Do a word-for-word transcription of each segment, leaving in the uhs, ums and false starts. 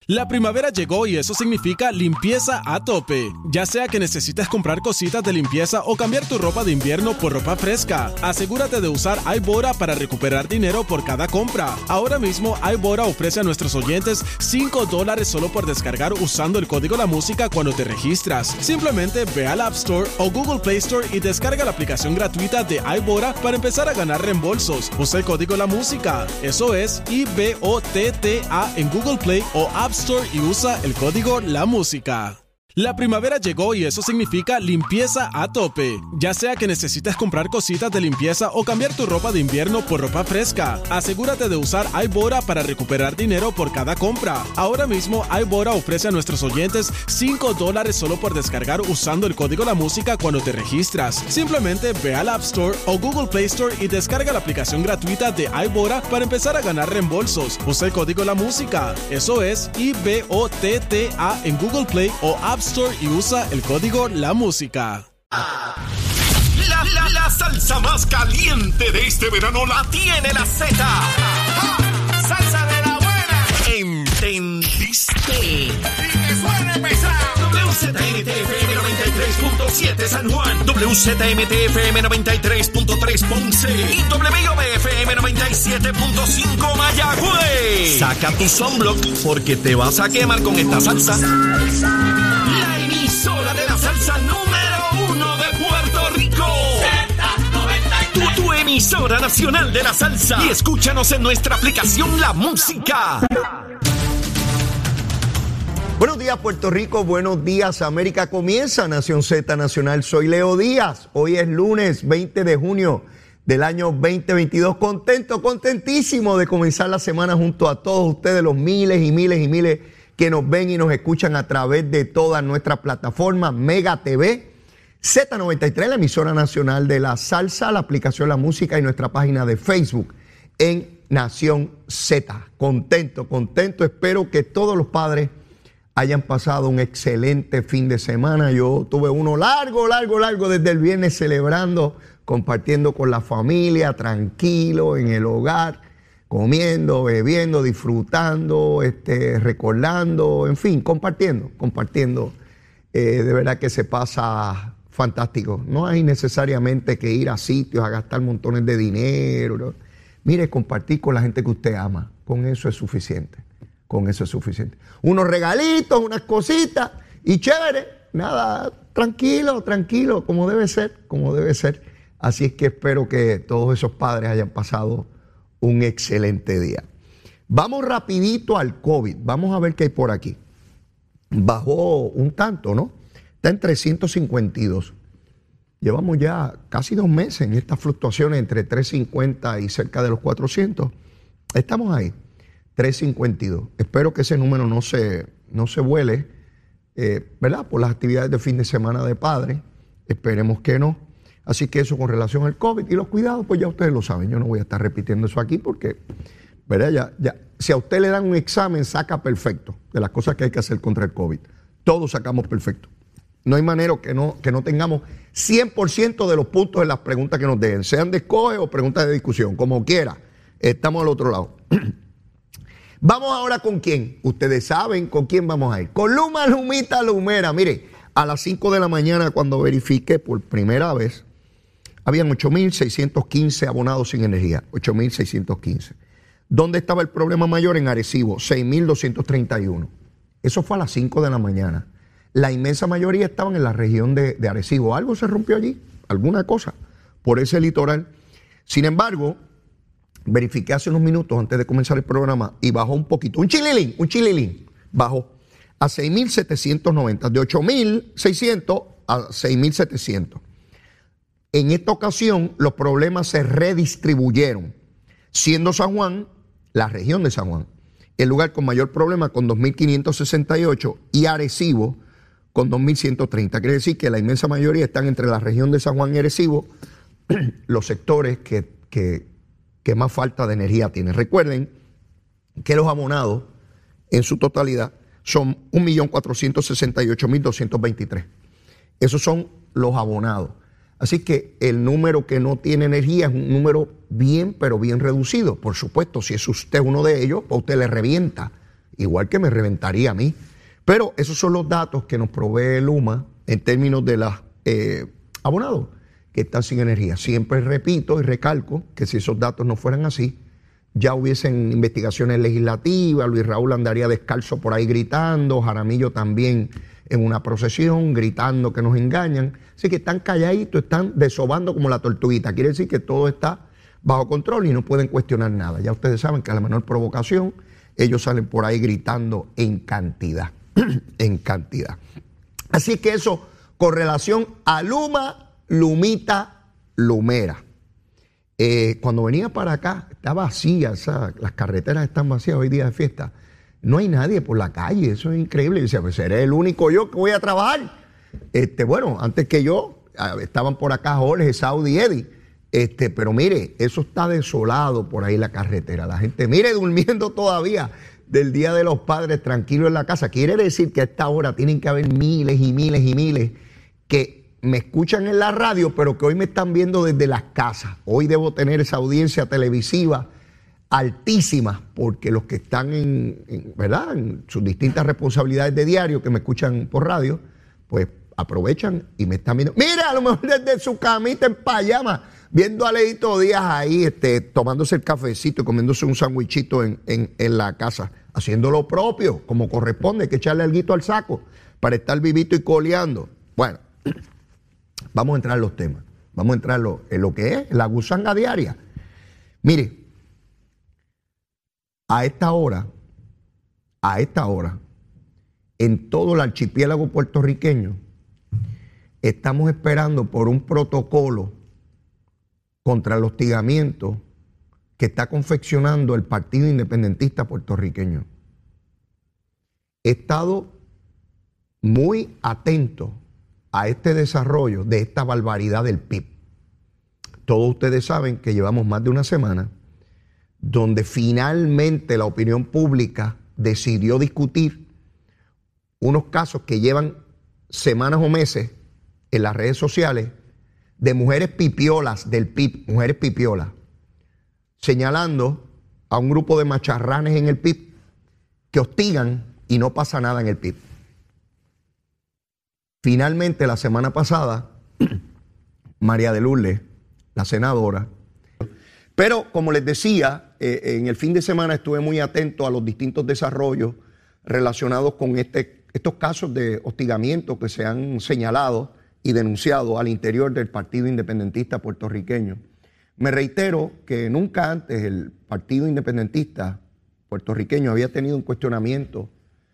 La primavera llegó y eso significa limpieza a tope. Ya sea que necesites comprar cositas de limpieza o cambiar tu ropa de invierno por ropa fresca, asegúrate de usar iBora para recuperar dinero por cada compra. Ahora mismo iBora ofrece a nuestros oyentes cinco dólares solo por descargar usando el código La Música cuando te registras. Simplemente ve al App Store o Google Play Store y descarga la aplicación gratuita de iBora para empezar a ganar reembolsos. Usa el código La Música. Eso es I B O T T A en Google Play o App Store y usa el código La Música. La primavera llegó y eso significa limpieza a tope. Ya sea que necesites comprar cositas de limpieza o cambiar tu ropa de invierno por ropa fresca, asegúrate de usar iBora para recuperar dinero por cada compra. Ahora mismo iBora ofrece a nuestros oyentes cinco dólares solo por descargar usando el código La Música cuando te registras. Simplemente ve al App Store o Google Play Store y descarga la aplicación gratuita de iBora para empezar a ganar reembolsos. Usa el código La Música. Eso es I B O T T A en Google Play o App Store y usa el código La Música. La, la, la salsa más caliente de este verano la tiene la Z. Salsa de la buena. ¿Entendiste? Y que suene pesado. W Z M T F M noventa y tres punto siete San Juan, W Z M T F M noventa y tres punto tres Ponce y W O B F M noventa y siete punto cinco Mayagüez. Saca tu sunblock porque te vas a quemar con esta salsa. La emisora de la salsa número uno de Puerto Rico. Z noventa y tres. Tu, tu emisora nacional de la salsa. Y escúchanos en nuestra aplicación La Música. Buenos días, Puerto Rico. Buenos días, América. Comienza Nación Z Nacional. Soy Leo Díaz. Hoy es lunes veinte de junio del año veinte veintidós. Contento, contentísimo de comenzar la semana junto a todos ustedes, los miles y miles y miles que nos ven y nos escuchan a través de todas nuestras plataformas, Mega T V, Z noventa y tres, la emisora nacional de la salsa, la aplicación La Música y nuestra página de Facebook en Nación Z. Contento, contento. Espero que todos los padres hayan pasado un excelente fin de semana. Yo tuve uno largo, largo, largo desde el viernes celebrando, compartiendo con la familia, tranquilo, en el hogar, comiendo, bebiendo, disfrutando, este, recordando, en fin, compartiendo, compartiendo. Eh, de verdad que se pasa fantástico. No hay necesariamente que ir a sitios a gastar montones de dinero, ¿no? Mire, compartir con la gente que usted ama, con eso es suficiente. Con eso es suficiente. Unos regalitos, unas cositas y chévere. Nada, tranquilo, tranquilo, como debe ser, como debe ser. Así es que espero que todos esos padres hayan pasado un excelente día. Vamos rapidito al COVID. Vamos a ver qué hay por aquí. Bajó un tanto, ¿no? Está en trescientos cincuenta y dos. Llevamos ya casi dos meses en estas fluctuaciones entre trescientos cincuenta y cerca de los cuatrocientos. Estamos ahí. trescientos cincuenta y dos. Espero que ese número no se, no se vuele, eh, ¿verdad? Por las actividades de fin de semana de padres. Esperemos que no. Así que eso con relación al COVID y los cuidados, pues ya ustedes lo saben. Yo no voy a estar repitiendo eso aquí porque, ¿verdad? Ya, ya, si a usted le dan un examen, saca perfecto de las cosas que hay que hacer contra el COVID. Todos sacamos perfecto. No hay manera que no, que no tengamos cien por ciento de los puntos en las preguntas que nos den, sean de escoge o preguntas de discusión, como quiera. Estamos al otro lado. Vamos ahora con quién. Ustedes saben con quién vamos a ir. Con Luma Lumita Lumera. Mire, a las cinco de la mañana cuando verifiqué por primera vez, habían ocho mil seiscientos quince abonados sin energía. ocho mil seiscientos quince. ¿Dónde estaba el problema mayor? En Arecibo, seis mil doscientos treinta y uno. Eso fue a las cinco de la mañana. La inmensa mayoría estaban en la región de, de Arecibo. Algo se rompió allí, alguna cosa, por ese litoral. Sin embargo, verifiqué hace unos minutos antes de comenzar el programa y bajó un poquito, un chililín, un chililín, bajó a seis mil setecientos noventa, de ocho mil seiscientos a seis mil setecientos. En esta ocasión los problemas se redistribuyeron, siendo San Juan, la región de San Juan, el lugar con mayor problema con dos mil quinientos sesenta y ocho y Arecibo con dos mil ciento treinta. Quiere decir que la inmensa mayoría están entre la región de San Juan y Arecibo, los sectores que, que que más falta de energía tiene. Recuerden que los abonados en su totalidad son un millón cuatrocientos sesenta y ocho mil doscientos veintitrés. Esos son los abonados. Así que el número que no tiene energía es un número bien, pero bien reducido. Por supuesto, si es usted uno de ellos, pues usted le revienta igual que me reventaría a mí. Pero esos son los datos que nos provee Luma en términos de los eh, abonados que están sin energía. Siempre repito y recalco que si esos datos no fueran así, ya hubiesen investigaciones legislativas, Luis Raúl andaría descalzo por ahí gritando, Jaramillo también en una procesión, gritando que nos engañan. Así que están calladitos, están desobando como la tortuguita. Quiere decir que todo está bajo control y no pueden cuestionar nada. Ya ustedes saben que a la menor provocación, ellos salen por ahí gritando en cantidad, en cantidad. Así que eso con relación a Luma, Lumita, Lumera. Eh, cuando venía para acá, está vacía, o sea, las carreteras están vacías hoy día de fiesta. No hay nadie por la calle, eso es increíble. Y dice, pues seré el único yo que voy a trabajar. Este, bueno, antes que yo, estaban por acá Jorge, Saudi y Eddie. Este, pero mire, eso está desolado por ahí la carretera. La gente, mire, durmiendo todavía del Día de los Padres, tranquilo en la casa. Quiere decir que a esta hora tienen que haber miles y miles y miles que me escuchan en la radio, pero que hoy me están viendo desde las casas. Hoy debo tener esa audiencia televisiva altísima, porque los que están en, en, ¿verdad?, en sus distintas responsabilidades de diario, que me escuchan por radio, pues aprovechan y me están viendo. Mira, a lo mejor desde su camita en pijama, viendo a Leito Díaz ahí, este, tomándose el cafecito y comiéndose un sandwichito en, en, en la casa, haciendo lo propio, como corresponde, hay que echarle alguito al saco para estar vivito y coleando. Bueno, vamos a entrar en los temas, vamos a entrar en lo, en lo que es la gusanga diaria. Mire, a esta hora, a esta hora, en todo el archipiélago puertorriqueño, estamos esperando por un protocolo contra el hostigamiento que está confeccionando el Partido Independentista Puertorriqueño. He estado muy atento a este desarrollo de esta barbaridad del P I B. Todos ustedes saben que llevamos más de una semana donde finalmente la opinión pública decidió discutir unos casos que llevan semanas o meses en las redes sociales de mujeres pipiolas del P I B, mujeres pipiolas, señalando a un grupo de macharranes en el P I B que hostigan y no pasa nada en el P I B. Finalmente, la semana pasada, María de Lourdes, la senadora, pero como les decía, eh, en el fin de semana estuve muy atento a los distintos desarrollos relacionados con este, estos casos de hostigamiento que se han señalado y denunciado al interior del Partido Independentista Puertorriqueño. Me reitero que nunca antes el Partido Independentista Puertorriqueño había tenido un cuestionamiento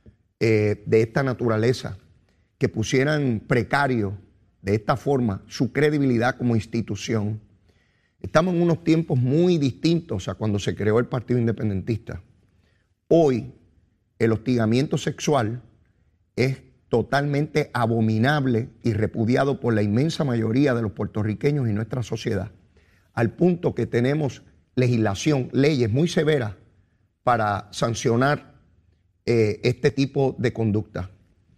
eh, de esta naturaleza, que pusieran precario de esta forma su credibilidad como institución. Estamos en unos tiempos muy distintos a cuando se creó el Partido Independentista. Hoy el hostigamiento sexual es totalmente abominable y repudiado por la inmensa mayoría de los puertorriqueños y nuestra sociedad, al punto que tenemos legislación, leyes muy severas para sancionar eh, este tipo de conducta.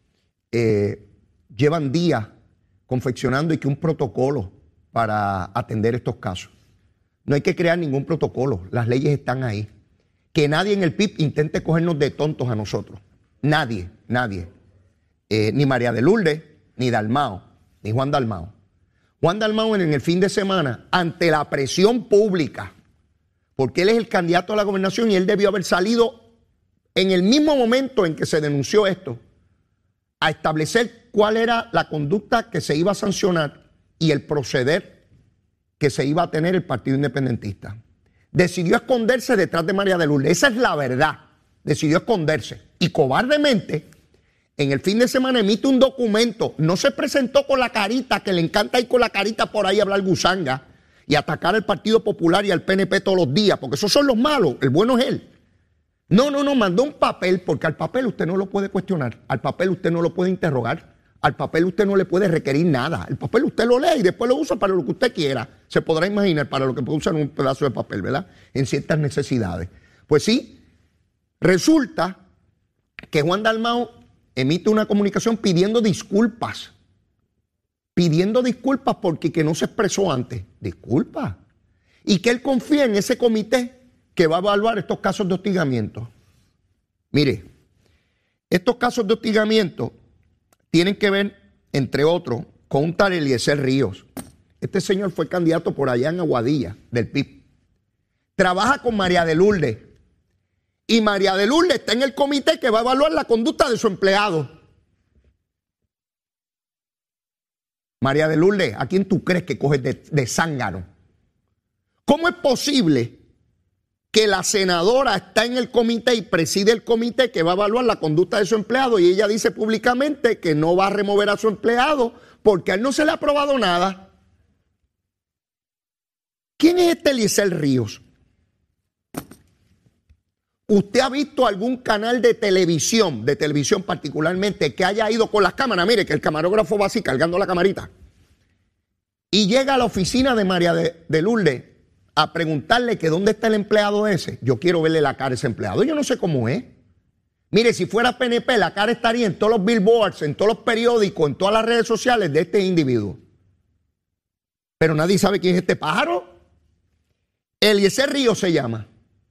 Eh, llevan días confeccionando y que un protocolo para atender estos casos. No hay que crear ningún protocolo, las leyes están ahí. Que nadie en el P I B intente cogernos de tontos a nosotros. Nadie, nadie. Eh, ni María de Lourdes, ni Dalmao, ni Juan Dalmao. Juan Dalmao en el fin de semana, ante la presión pública, porque él es el candidato a la gobernación y él debió haber salido en el mismo momento en que se denunció esto, a establecer cuál era la conducta que se iba a sancionar y el proceder que se iba a tener el Partido Independentista. Decidió esconderse detrás de María de Lourdes. Esa es la verdad. Decidió esconderse. Y cobardemente, en el fin de semana emite un documento. No se presentó con la carita, que le encanta ir con la carita por ahí a hablar gusanga y atacar al Partido Popular y al P N P todos los días, porque esos son los malos. El bueno es él. No, no, no, mandó un papel, porque al papel usted no lo puede cuestionar, al papel usted no lo puede interrogar, al papel usted no le puede requerir nada. El papel usted lo lee y después lo usa para lo que usted quiera. Se podrá imaginar para lo que puede usar un pedazo de papel, ¿verdad? En ciertas necesidades. Pues sí, resulta que Juan Dalmao emite una comunicación pidiendo disculpas. Pidiendo disculpas porque que no se expresó antes. Disculpas. Y que él confía en ese comité que va a evaluar estos casos de hostigamiento. Mire, Estos casos de hostigamiento tienen que ver, entre otros, con un tal Eliezer Ríos. Este señor fue candidato por allá en Aguadilla, del P I B. Trabaja con María de Lourdes. Y María de Lourdes está en el comité que va a evaluar la conducta de su empleado. María de Lourdes, ¿a quién tú crees que coges de, de zángano? ¿Cómo es posible que la senadora está en el comité y preside el comité que va a evaluar la conducta de su empleado y ella dice públicamente que no va a remover a su empleado porque a él no se le ha aprobado nada? ¿Quién es este Eliezer Ríos? ¿Usted ha visto algún canal de televisión, de televisión particularmente, que haya ido con las cámaras? Mire, que el camarógrafo va así, cargando la camarita. Y llega a la oficina de María de, de Lourdes a preguntarle que dónde está el empleado ese. Yo quiero verle la cara a ese empleado. Yo no sé cómo es. Mire, si fuera P N P, la cara estaría en todos los billboards, en todos los periódicos, en todas las redes sociales de este individuo. Pero nadie sabe quién es este pájaro. Eliezer Ríos se llama.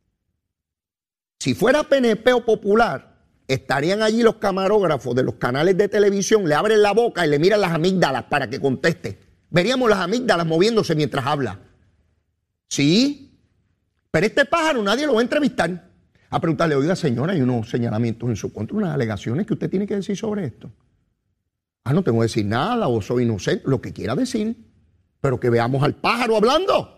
Si fuera P N P o Popular, estarían allí los camarógrafos de los canales de televisión, le abren la boca y le miran las amígdalas para que conteste. Veríamos las amígdalas moviéndose mientras habla. Sí, pero este pájaro nadie lo va a entrevistar. A preguntarle, oiga señora, hay unos señalamientos en su contra, unas alegaciones que usted tiene que decir sobre esto. Ah, no tengo que decir nada o soy inocente, lo que quiera decir, pero que veamos al pájaro hablando.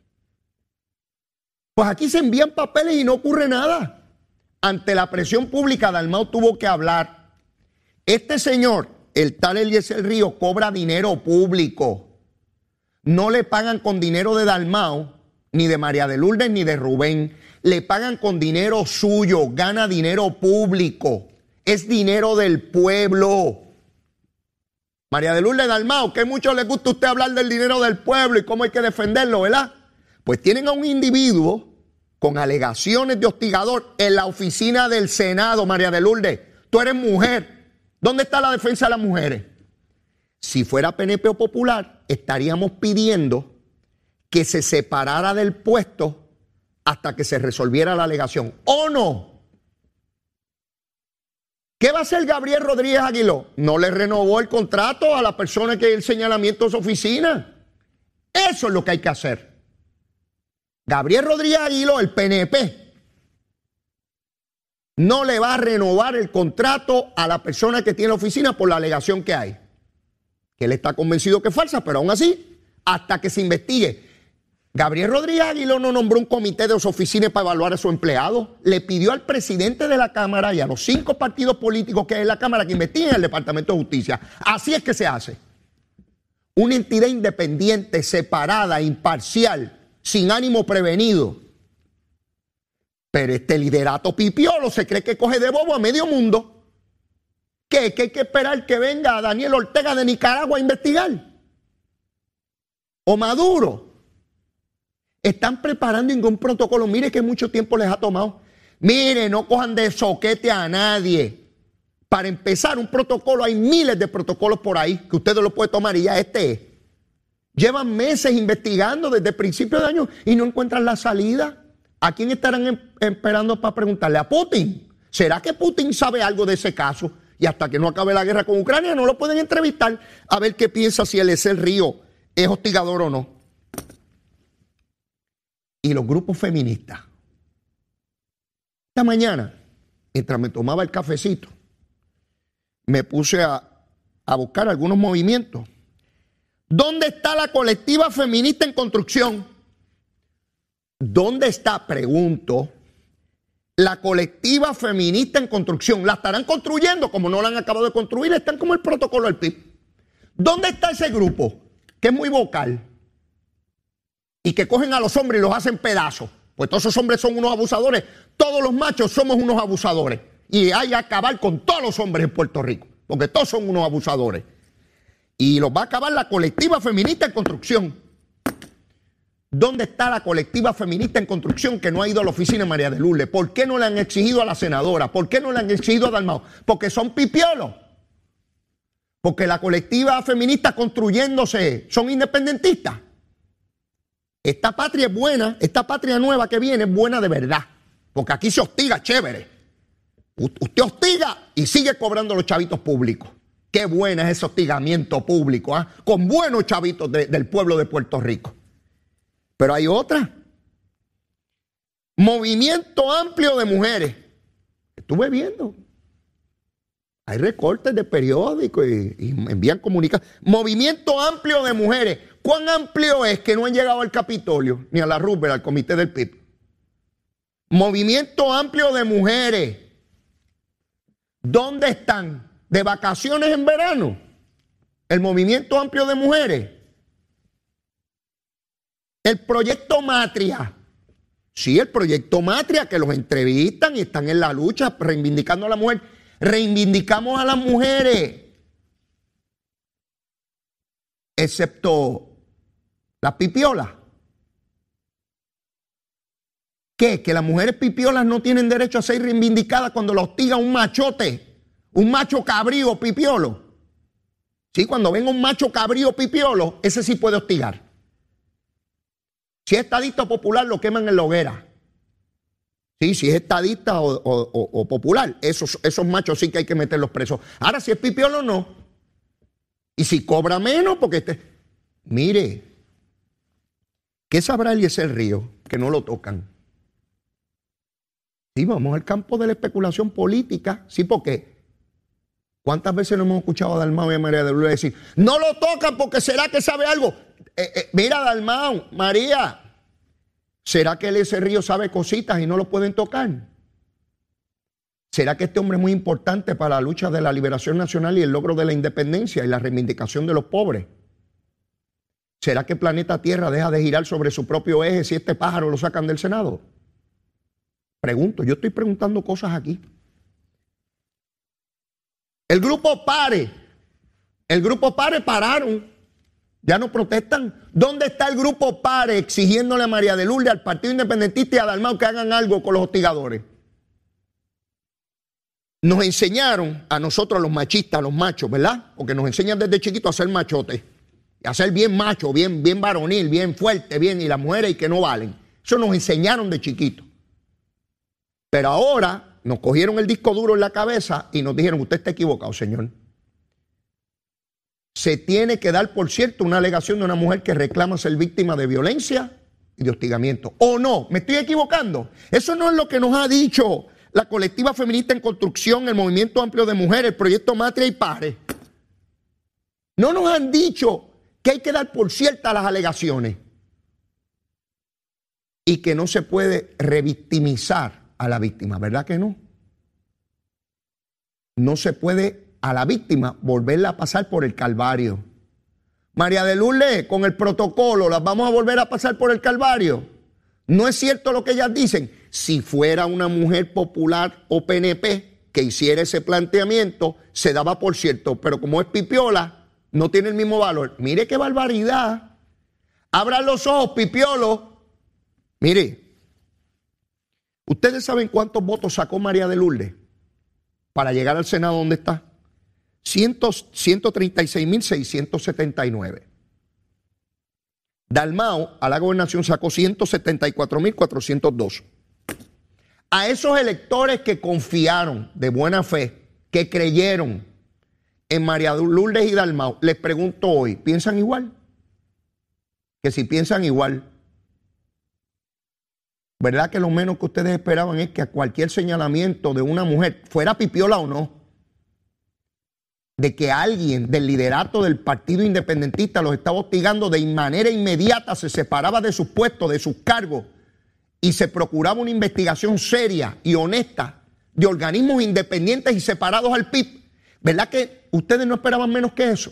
Pues aquí se envían papeles y no ocurre nada. Ante la presión pública, Dalmau tuvo que hablar. Este señor, el tal Eliezer Ríos, cobra dinero público. No le pagan con dinero de Dalmau, ni de María de Lourdes, ni de Rubén. Le pagan con dinero suyo, gana dinero público. Es dinero del pueblo. María de Lourdes, Dalmau, que mucho le gusta a usted hablar del dinero del pueblo y cómo hay que defenderlo, ¿verdad? Pues tienen a un individuo con alegaciones de hostigador en la oficina del Senado. María de Lourdes, tú eres mujer. ¿Dónde está la defensa de las mujeres? Si fuera P N P o Popular, estaríamos pidiendo que se separara del puesto hasta que se resolviera la alegación. ¿O no? ¿Qué va a hacer Gabriel Rodríguez Aguiló? No le renovó el contrato a la persona que es el señalamiento de su oficina. Eso es lo que hay que hacer. Gabriel Rodríguez Aguiló, el P N P, no le va a renovar el contrato a la persona que tiene la oficina por la alegación que hay. Que él está convencido que es falsa, pero aún así, hasta que se investigue. Gabriel Rodríguez Aguiló no nombró un comité de su oficina para evaluar a su empleado. Le pidió al presidente de la Cámara y a los cinco partidos políticos que hay en la Cámara que investiguen el Departamento de Justicia. Así es que se hace. Una entidad independiente, separada, imparcial, sin ánimo prevenido. Pero este liderato pipiolo se cree que coge de bobo a medio mundo. ¿Qué? ¿Que hay que esperar que venga Daniel Ortega de Nicaragua a investigar? ¿O Maduro? Están preparando ningún protocolo. Mire que mucho tiempo les ha tomado. Mire, no cojan de soquete a nadie. Para empezar un protocolo, hay miles de protocolos por ahí que ustedes lo pueden tomar y ya este es. Llevan meses investigando desde el principio de año y no encuentran la salida. ¿A quién estarán em- esperando para preguntarle? ¿A Putin? ¿Será que Putin sabe algo de ese caso? Y hasta que no acabe la guerra con Ucrania no lo pueden entrevistar a ver qué piensa si Eliezer Ríos es hostigador o no. Y los grupos feministas. Esta mañana, mientras me tomaba el cafecito, me puse a, a buscar algunos movimientos. ¿Dónde está la colectiva feminista en construcción? ¿Dónde está, pregunto, la colectiva feminista en construcción? ¿La estarán construyendo? Como no la han acabado de construir, están como el protocolo del P I B. ¿Dónde está ese grupo que es muy vocal y que cogen a los hombres y los hacen pedazos? Pues todos esos hombres son unos abusadores. Todos los machos somos unos abusadores. Y hay que acabar con todos los hombres en Puerto Rico, porque todos son unos abusadores. Y los va a acabar la colectiva feminista en construcción. ¿Dónde está la colectiva feminista en construcción que no ha ido a la oficina de María de Lourdes? ¿Por qué no le han exigido a la senadora? ¿Por qué no le han exigido a Dalmau? Porque son pipiolos. Porque la colectiva feminista construyéndose son independentistas. Esta patria es buena, esta patria nueva que viene es buena de verdad. Porque aquí se hostiga chévere. Usted hostiga y sigue cobrando los chavitos públicos. Qué buena es ese hostigamiento público, ¿eh? Con buenos chavitos de, del pueblo de Puerto Rico. Pero hay otra. Movimiento amplio de mujeres. Estuve viendo. Hay recortes de periódicos y, y envían comunicados. Movimiento amplio de mujeres. ¿Cuán amplio es que no han llegado al Capitolio, ni a la Roosevelt, al comité del P I B? Movimiento amplio de mujeres. ¿Dónde están? ¿De vacaciones en verano? El movimiento amplio de mujeres. El proyecto Matria. Sí, el proyecto Matria, que los entrevistan y están en la lucha reivindicando a la mujer. Reivindicamos a las mujeres. Excepto las pipiolas. ¿Qué? Que las mujeres pipiolas no tienen derecho a ser reivindicadas cuando la hostiga un machote, un macho cabrío pipiolo. Sí, cuando venga un macho cabrío pipiolo, ese sí puede hostigar. Si es estadista popular, lo queman en la hoguera. Sí, si es estadista o, o, o, o popular, esos, esos machos sí que hay que meterlos presos. Ahora, si es pipiolo, no. Y si cobra menos, porque este... Mire, ¿qué sabrá Eliezer Ríos que no lo tocan? Sí, vamos al campo de la especulación política. Sí, porque ¿cuántas veces no hemos escuchado a Dalmau y a María de Lourdes decir, no lo tocan porque será que sabe algo? Eh, eh, mira, Dalmau, María, ¿será que Eliezer Ríos sabe cositas y no lo pueden tocar? ¿Será que este hombre es muy importante para la lucha de la liberación nacional y el logro de la independencia y la reivindicación de los pobres? ¿Será que el planeta Tierra deja de girar sobre su propio eje si este pájaro lo sacan del Senado? Pregunto, yo estoy preguntando cosas aquí. El grupo PARE, el grupo PARE pararon, ya no protestan. ¿Dónde está el grupo PARE exigiéndole a María de Lourdes, al Partido Independentista y a Dalmau que hagan algo con los hostigadores? Nos enseñaron a nosotros, los machistas, los machos, ¿verdad? Porque nos enseñan desde chiquitos a ser machotes, a ser bien macho, bien, bien varonil, bien fuerte, bien, y las mujeres y que no valen. Eso nos enseñaron de chiquitos. Pero ahora nos cogieron el disco duro en la cabeza y nos dijeron, usted está equivocado, señor. Se tiene que dar, por cierto, una alegación de una mujer que reclama ser víctima de violencia y de hostigamiento. ¿O no? ¿Me estoy equivocando? Eso no es lo que nos ha dicho la colectiva feminista en construcción, el movimiento amplio de mujeres, el proyecto Matria y PARE. No nos han dicho que hay que dar por ciertas las alegaciones y que no se puede revictimizar a la víctima, ¿verdad que no? No se puede a la víctima volverla a pasar por el calvario. María de Lourdes, con el protocolo, ¿las vamos a volver a pasar por el calvario? No es cierto lo que ellas dicen. Si fuera una mujer popular o P N P que hiciera ese planteamiento, se daba por cierto, pero como es pipiola, no tiene el mismo valor. Mire qué barbaridad. Abran los ojos, pipiolo. Mire, ¿ustedes saben cuántos votos sacó María de Lourdes para llegar al Senado donde está? ciento treinta y seis mil seiscientos setenta y nueve. Dalmau a la gobernación sacó ciento setenta y cuatro mil cuatrocientos dos. A esos electores que confiaron de buena fe, que creyeron en María de Lourdes y Dalmau, les pregunto hoy, ¿piensan igual? Que si piensan igual, ¿verdad que lo menos que ustedes esperaban es que a cualquier señalamiento de una mujer, fuera pipiola o no, de que alguien del liderato del Partido Independentista los estaba hostigando, de manera inmediata se separaba de sus puestos, de sus cargos, y se procuraba una investigación seria y honesta de organismos independientes y separados al P I B? ¿Verdad que ustedes no esperaban menos que eso?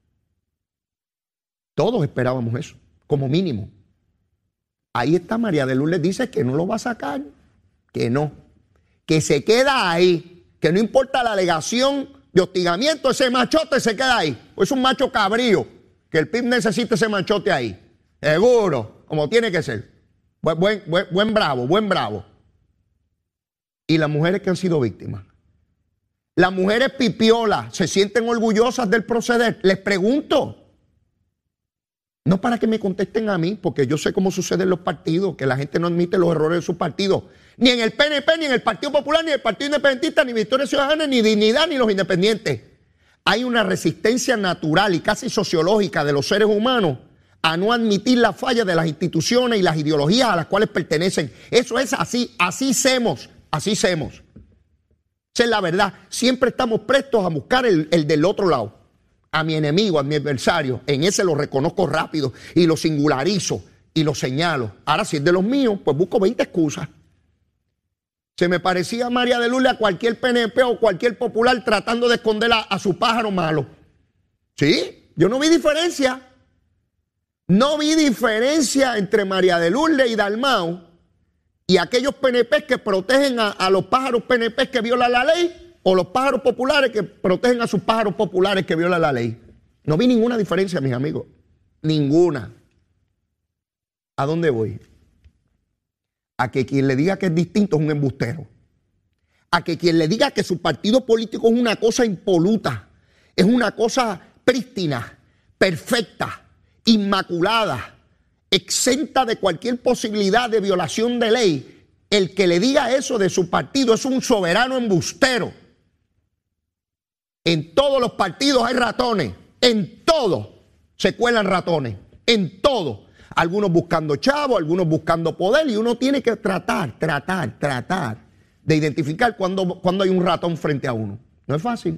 Todos esperábamos eso, como mínimo. Ahí está, María de Lourdes dice que no lo va a sacar, que no, que se queda ahí, que no importa la alegación de hostigamiento, ese machote se queda ahí. Pues es un macho cabrío, que el P I B necesita ese machote ahí, seguro, como tiene que ser. Buen, buen, buen, buen bravo, buen bravo. Y las mujeres que han sido víctimas, las mujeres pipiolas, ¿se sienten orgullosas del proceder? Les pregunto. No para que me contesten a mí, porque yo sé cómo sucede en los partidos, que la gente no admite los errores de sus partidos, Ni en el P N P, ni en el Partido Popular, ni en el Partido Independentista, ni Victoria Ciudadana, ni Dignidad, ni los independientes. Hay una resistencia natural y casi sociológica de los seres humanos a no admitir la falla de las instituciones y las ideologías a las cuales pertenecen. Eso es así, así somos, así somos. Esa es la verdad. Siempre estamos prestos a buscar el, el del otro lado. A mi enemigo, a mi adversario. En ese lo reconozco rápido y lo singularizo y lo señalo. Ahora, si es de los míos, pues busco veinte excusas. Se me parecía a María de Lourdes a cualquier P N P o cualquier popular tratando de esconder a, a su pájaro malo. Sí, yo no vi diferencia. No vi diferencia entre María de Lourdes y Dalmau y aquellos P N P que protegen a, a los pájaros P N P que violan la ley o los pájaros populares que protegen a sus pájaros populares que violan la ley. No vi ninguna diferencia, mis amigos. Ninguna. ¿A dónde voy? A que quien le diga que es distinto es un embustero. A que quien le diga que su partido político es una cosa impoluta, es una cosa prístina, perfecta, inmaculada, exenta de cualquier posibilidad de violación de ley, el que le diga eso de su partido es un soberano embustero. En todos los partidos hay ratones, en todos se cuelan ratones, en todos. Algunos buscando chavo, algunos buscando poder, y uno tiene que tratar, tratar, tratar de identificar cuando, cuando hay un ratón frente a uno. No es fácil.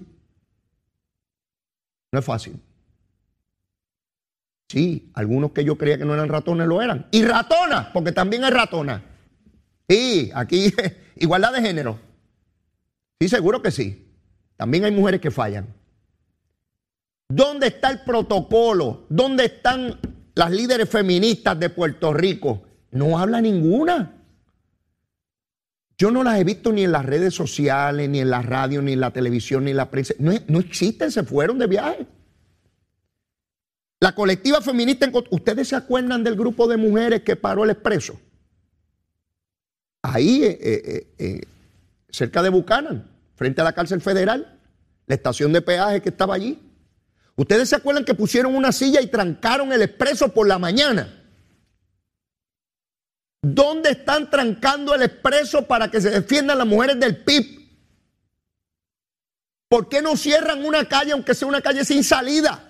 No es fácil. Sí, algunos que yo creía que no eran ratones lo eran. Y ratonas, porque también hay ratonas. Sí, aquí igualdad de género. Sí, seguro que sí. También hay mujeres que fallan. ¿Dónde está el protocolo? ¿Dónde están las líderes feministas de Puerto Rico? No habla ninguna. Yo no las he visto ni en las redes sociales, ni en la radio, ni en la televisión, ni en la prensa. No, no existen, se fueron de viaje. La colectiva feminista, ¿ustedes se acuerdan del grupo de mujeres que paró el expreso? Ahí, eh, eh, eh, cerca de Buchanan, frente a la cárcel federal, la estación de peaje que estaba allí. ¿Ustedes se acuerdan que pusieron una silla y trancaron el expreso por la mañana? ¿Dónde están trancando el expreso para que se defiendan las mujeres del P I B? ¿Por qué no cierran una calle aunque sea una calle sin salida?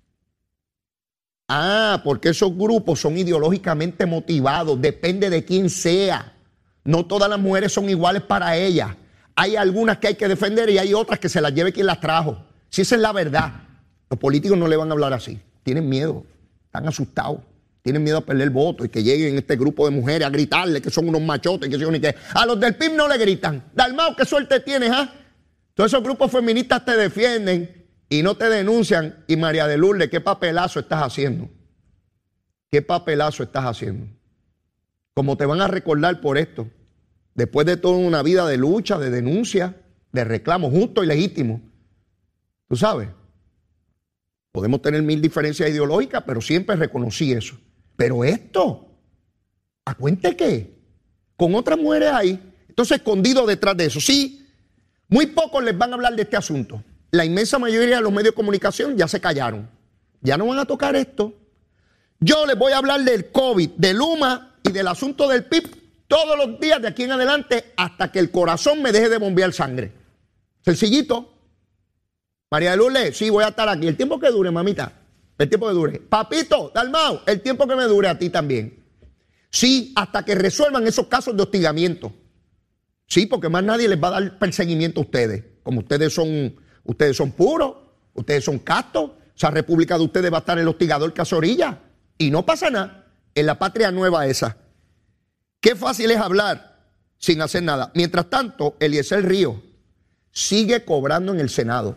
Ah, porque esos grupos son ideológicamente motivados, depende de quién sea. No todas las mujeres son iguales para ellas. Hay algunas que hay que defender y hay otras que se las lleve quien las trajo. Si esa es la verdad. Los políticos no le van a hablar así. Tienen miedo, están asustados. Tienen miedo a perder el voto y que lleguen este grupo de mujeres a gritarle que son unos machotes. Que son, y que a los del P I B no le gritan. Dalmau, qué suerte tienes, ¿ah? Todos esos grupos feministas te defienden y no te denuncian. Y María de Lourdes, ¿qué papelazo estás haciendo? ¿Qué papelazo estás haciendo? Como te van a recordar por esto, después de toda una vida de lucha, de denuncia, de reclamo justo y legítimo. ¿Tú sabes? Podemos tener mil diferencias ideológicas, pero siempre reconocí eso. Pero esto, ¿a cuenta qué? Con otras mujeres ahí. Entonces, escondido detrás de eso. Sí, muy pocos les van a hablar de este asunto. La inmensa mayoría de los medios de comunicación ya se callaron. Ya no van a tocar esto. Yo les voy a hablar del COVID, del Luma y del asunto del P I B todos los días de aquí en adelante hasta que el corazón me deje de bombear sangre. Sencillito. María de Lourdes, sí, voy a estar aquí. El tiempo que dure, mamita. El tiempo que dure. Papito, Dalmau, el tiempo que me dure a ti también. Sí, hasta que resuelvan esos casos de hostigamiento. Sí, porque más nadie les va a dar perseguimiento a ustedes. Como ustedes son, ustedes son puros, ustedes son castos. Esa república de ustedes va a estar el hostigador que hace orilla. Y no pasa nada en la patria nueva esa. Qué fácil es hablar sin hacer nada. Mientras tanto, Eliezer Ríos sigue cobrando en el Senado.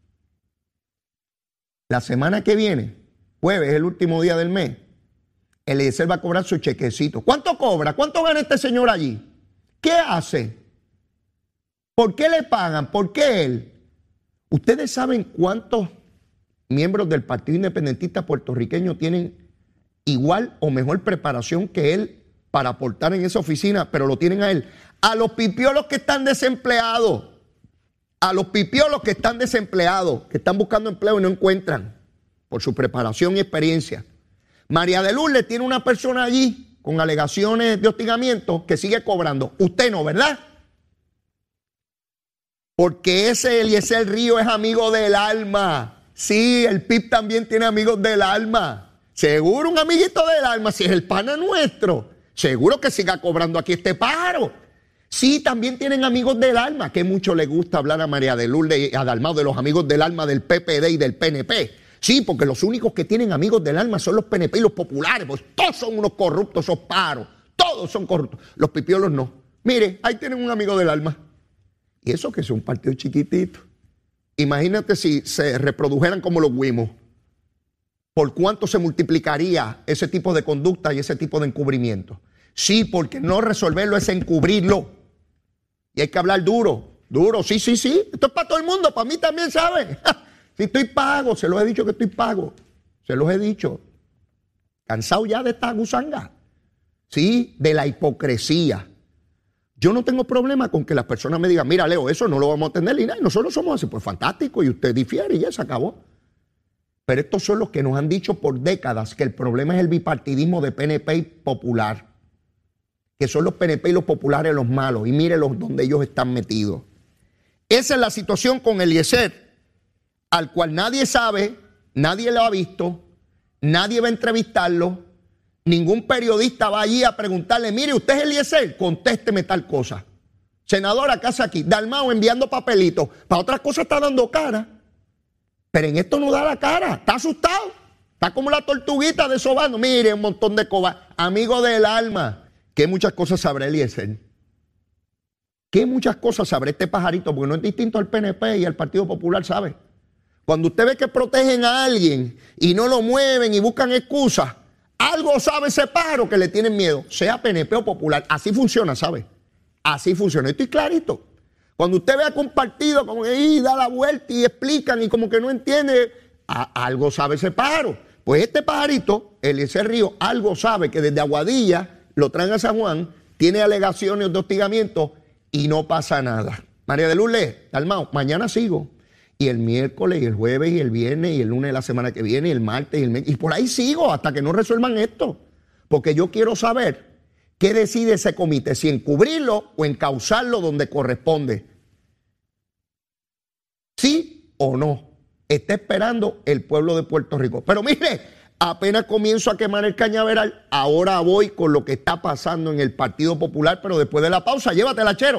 La semana que viene, jueves, es el último día del mes, Eliezer va a cobrar su chequecito. ¿Cuánto cobra? ¿Cuánto gana este señor allí? ¿Qué hace? ¿Por qué le pagan? ¿Por qué él? ¿Ustedes saben cuántos miembros del Partido Independentista puertorriqueño tienen igual o mejor preparación que él para aportar en esa oficina, pero lo tienen a él? A los pipiolos que están desempleados. A los pipiolos que están desempleados, que están buscando empleo y no encuentran por su preparación y experiencia. María de Lourdes tiene una persona allí con alegaciones de hostigamiento que sigue cobrando. Usted no, ¿verdad? Porque ese Eliezer Ríos es amigo del alma. Sí, el P I B también tiene amigos del alma. Seguro un amiguito del alma, si es el pana nuestro. Seguro que siga cobrando aquí este pájaro. Sí, también tienen amigos del alma, que mucho le gusta hablar a María de Lourdes y a Dalmau de los amigos del alma del P P D y del P N P. Sí, porque los únicos que tienen amigos del alma son los P N P y los populares, pues todos son unos corruptos, esos paros, todos son corruptos. Los pipiolos no. Mire, ahí tienen un amigo del alma. Y eso que es un partido chiquitito. Imagínate si se reprodujeran como los Wimos. ¿Por cuánto se multiplicaría ese tipo de conducta y ese tipo de encubrimiento? Sí, porque no resolverlo es encubrirlo. Y hay que hablar duro, duro, sí, sí, sí. Esto es para todo el mundo, para mí también, ¿saben? Si estoy pago, se los he dicho que estoy pago. Se los he dicho. Cansado ya de esta gusanga. Sí, de la hipocresía. Yo no tengo problema con que las personas me digan, mira, Leo, eso no lo vamos a tener, y nada, nosotros somos así, pues fantástico, y usted difiere y ya se acabó. Pero estos son los que nos han dicho por décadas que el problema es el bipartidismo de P N P y popular. Que son los P N P y los populares los malos, y mírenlos donde ellos están metidos. Esa es la situación con Eliezer, al cual nadie sabe, nadie lo ha visto, nadie va a entrevistarlo. Ningún periodista va allí a preguntarle, mire, ¿usted es Eliezer? Contésteme tal cosa. Senadora, ¿qué hace aquí? Dalmau enviando papelitos. Para otras cosas está dando cara. Pero en esto no da la cara. Está asustado. Está como la tortuguita desobando. Mire, un montón de cobardes. Amigo del alma. ¿Qué muchas cosas sabrá Eliezer? ¿Qué muchas cosas sabrá este pajarito? Porque no es distinto al P N P y al Partido Popular, ¿sabe? Cuando usted ve que protegen a alguien y no lo mueven y buscan excusas, algo sabe ese pájaro que le tienen miedo, sea P N P o Popular. Así funciona, ¿sabe? Así funciona. Estoy clarito. Cuando usted vea que un partido como que ahí da la vuelta y explican y como que no entiende, a, algo sabe ese pájaro. Pues este pajarito, Eliezer Ríos, algo sabe que desde Aguadilla lo traen a San Juan, tiene alegaciones de hostigamiento y no pasa nada. María de Lourdes, Dalmau, mañana sigo. Y el miércoles, y el jueves, y el viernes, y el lunes de la semana que viene, y el martes, y el mes, y por ahí sigo hasta que no resuelvan esto. Porque yo quiero saber qué decide ese comité, si encubrirlo o encauzarlo donde corresponde. ¿Sí o no? Está esperando el pueblo de Puerto Rico. Pero mire, apenas comienzo a quemar el cañaveral, ahora voy con lo que está pasando en el Partido Popular, pero después de la pausa, llévatela, Chero.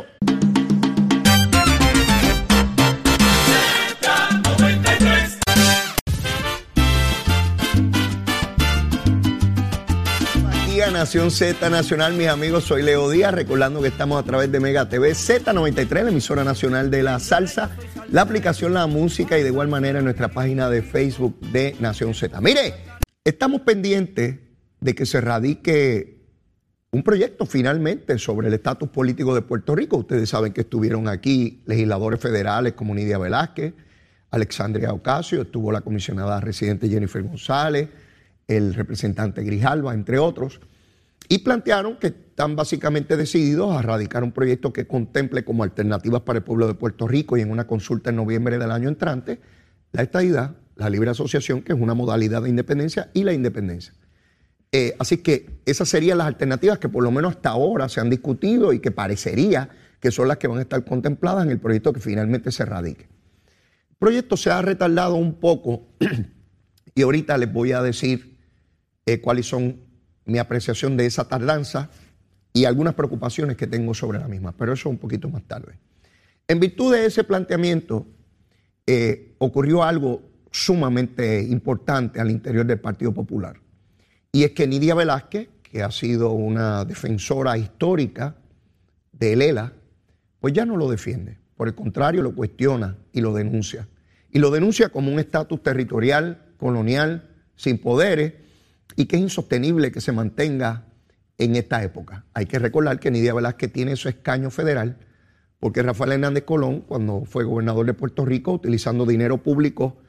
Nación Z Nacional, mis amigos, soy Leo Díaz, recordando que estamos a través de Mega T V, Z noventa y tres, la emisora nacional de la salsa, la aplicación La Música y de igual manera en nuestra página de Facebook de Nación Z. Mire, estamos pendientes de que se radique un proyecto finalmente sobre el estatus político de Puerto Rico. Ustedes saben que estuvieron aquí legisladores federales como Nidia Velázquez, Alexandria Ocasio, estuvo la comisionada residente Jennifer González, el representante Grijalva, entre otros, y plantearon que están básicamente decididos a radicar un proyecto que contemple como alternativas para el pueblo de Puerto Rico y en una consulta en noviembre del año entrante, la estadidad, la libre asociación, que es una modalidad de independencia, y la independencia. Eh, así que esas serían las alternativas que por lo menos hasta ahora se han discutido y que parecería que son las que van a estar contempladas en el proyecto que finalmente se radique. El proyecto se ha retardado un poco y ahorita les voy a decir eh, cuáles son mi apreciación de esa tardanza y algunas preocupaciones que tengo sobre la misma, pero eso un poquito más tarde. En virtud de ese planteamiento, eh, ocurrió algo sumamente importante al interior del Partido Popular, y es que Nidia Velázquez, que ha sido una defensora histórica de Lela, pues ya no lo defiende. Por el contrario, lo cuestiona y lo denuncia. Y lo denuncia como un estatus territorial, colonial, sin poderes, y que es insostenible que se mantenga en esta época. Hay que recordar que Nidia Velázquez tiene su escaño federal porque Rafael Hernández Colón, cuando fue gobernador de Puerto Rico, utilizando dinero público,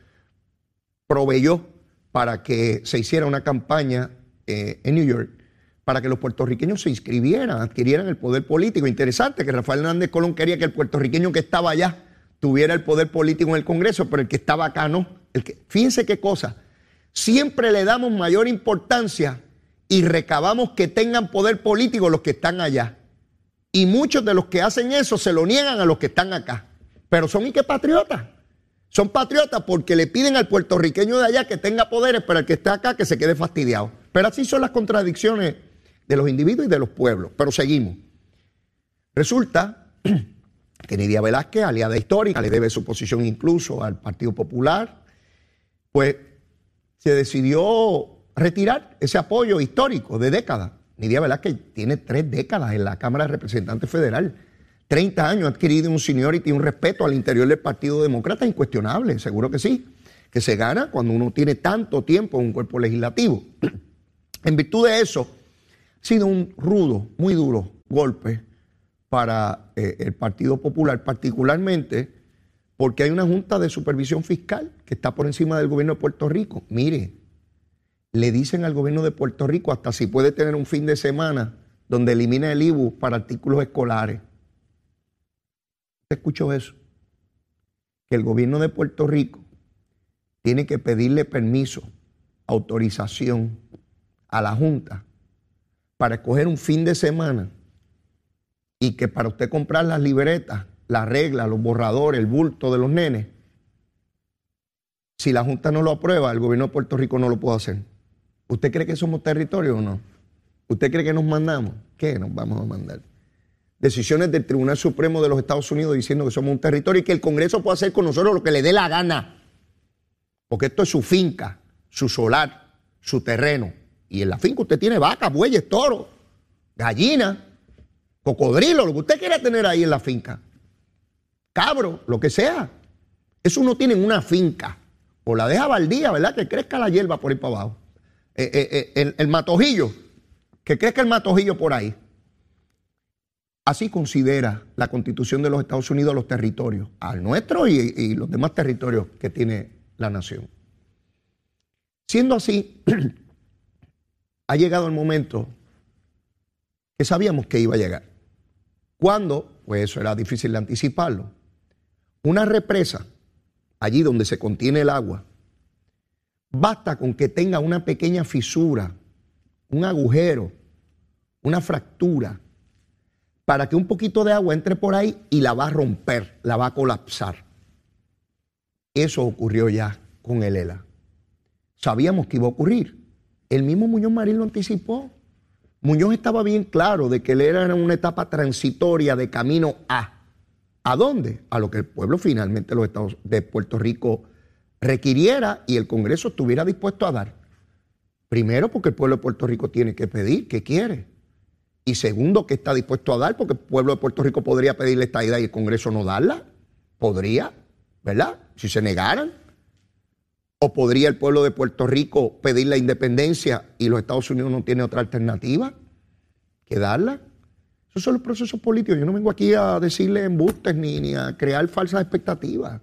proveyó para que se hiciera una campaña eh, en New York para que los puertorriqueños se inscribieran, adquirieran el poder político. Interesante que Rafael Hernández Colón quería que el puertorriqueño que estaba allá tuviera el poder político en el Congreso, pero el que estaba acá no. El que, fíjense qué cosa. Siempre le damos mayor importancia y recabamos que tengan poder político los que están allá. Y muchos de los que hacen eso se lo niegan a los que están acá. Pero son y qué patriotas. Son patriotas porque le piden al puertorriqueño de allá que tenga poderes, pero el que está acá que se quede fastidiado. Pero así son las contradicciones de los individuos y de los pueblos. Pero seguimos. Resulta que Nidia Velázquez, aliada histórica, le debe su posición incluso al Partido Popular, pues se decidió retirar ese apoyo histórico de décadas. Nidia Velázquez tiene tres décadas en la Cámara de Representantes Federal, treinta años, ha adquirido un seniority y un respeto al interior del Partido Demócrata incuestionable, seguro que sí, que se gana cuando uno tiene tanto tiempo en un cuerpo legislativo. En virtud de eso, ha sido un rudo, muy duro golpe para eh, el Partido Popular, particularmente porque hay una Junta de Supervisión Fiscal que está por encima del gobierno de Puerto Rico. Mire, le dicen al gobierno de Puerto Rico hasta si puede tener un fin de semana donde elimina el I B U para artículos escolares. ¿Usted escuchó eso? Que el gobierno de Puerto Rico tiene que pedirle permiso, autorización a la Junta para escoger un fin de semana y que para usted comprar las libretas, las reglas, los borradores, el bulto de los nenes, si la Junta no lo aprueba, el gobierno de Puerto Rico no lo puede hacer. ¿Usted cree que somos territorio o no? ¿Usted cree que nos mandamos? ¿Qué nos vamos a mandar? Decisiones del Tribunal Supremo de los Estados Unidos diciendo que somos un territorio y que el Congreso puede hacer con nosotros lo que le dé la gana. Porque esto es su finca, su solar, su terreno. Y en la finca usted tiene vacas, bueyes, toros, gallinas, cocodrilos, lo que usted quiera tener ahí en la finca. Cabro, lo que sea. Eso uno tiene en una finca. O la deja baldía, ¿verdad? Que crezca la hierba por ahí para abajo. Eh, eh, eh, el, el matojillo, que crezca el matojillo por ahí. Así considera la Constitución de los Estados Unidos los territorios, al nuestro y, y los demás territorios que tiene la nación. Siendo así, ha llegado el momento que sabíamos que iba a llegar. ¿Cuándo? Pues eso era difícil de anticiparlo. Una represa, allí donde se contiene el agua, basta con que tenga una pequeña fisura, un agujero, una fractura, para que un poquito de agua entre por ahí y la va a romper, la va a colapsar. Eso ocurrió ya con el ELA. Sabíamos que iba a ocurrir. El mismo Muñoz Marín lo anticipó. Muñoz estaba bien claro de que el ELA era una etapa transitoria de camino a. ¿A dónde? A lo que el pueblo finalmente los Estados de Puerto Rico requiriera y el Congreso estuviera dispuesto a dar. Primero, porque el pueblo de Puerto Rico tiene que pedir, ¿qué quiere? Y segundo, que está dispuesto a dar, porque el pueblo de Puerto Rico podría pedirle estadidad y el Congreso no darla. Podría, ¿verdad? Si se negaran. O podría el pueblo de Puerto Rico pedir la independencia y los Estados Unidos no tienen otra alternativa que darla. Esos son los procesos políticos. Yo no vengo aquí a decirle embustes ni, ni a crear falsas expectativas.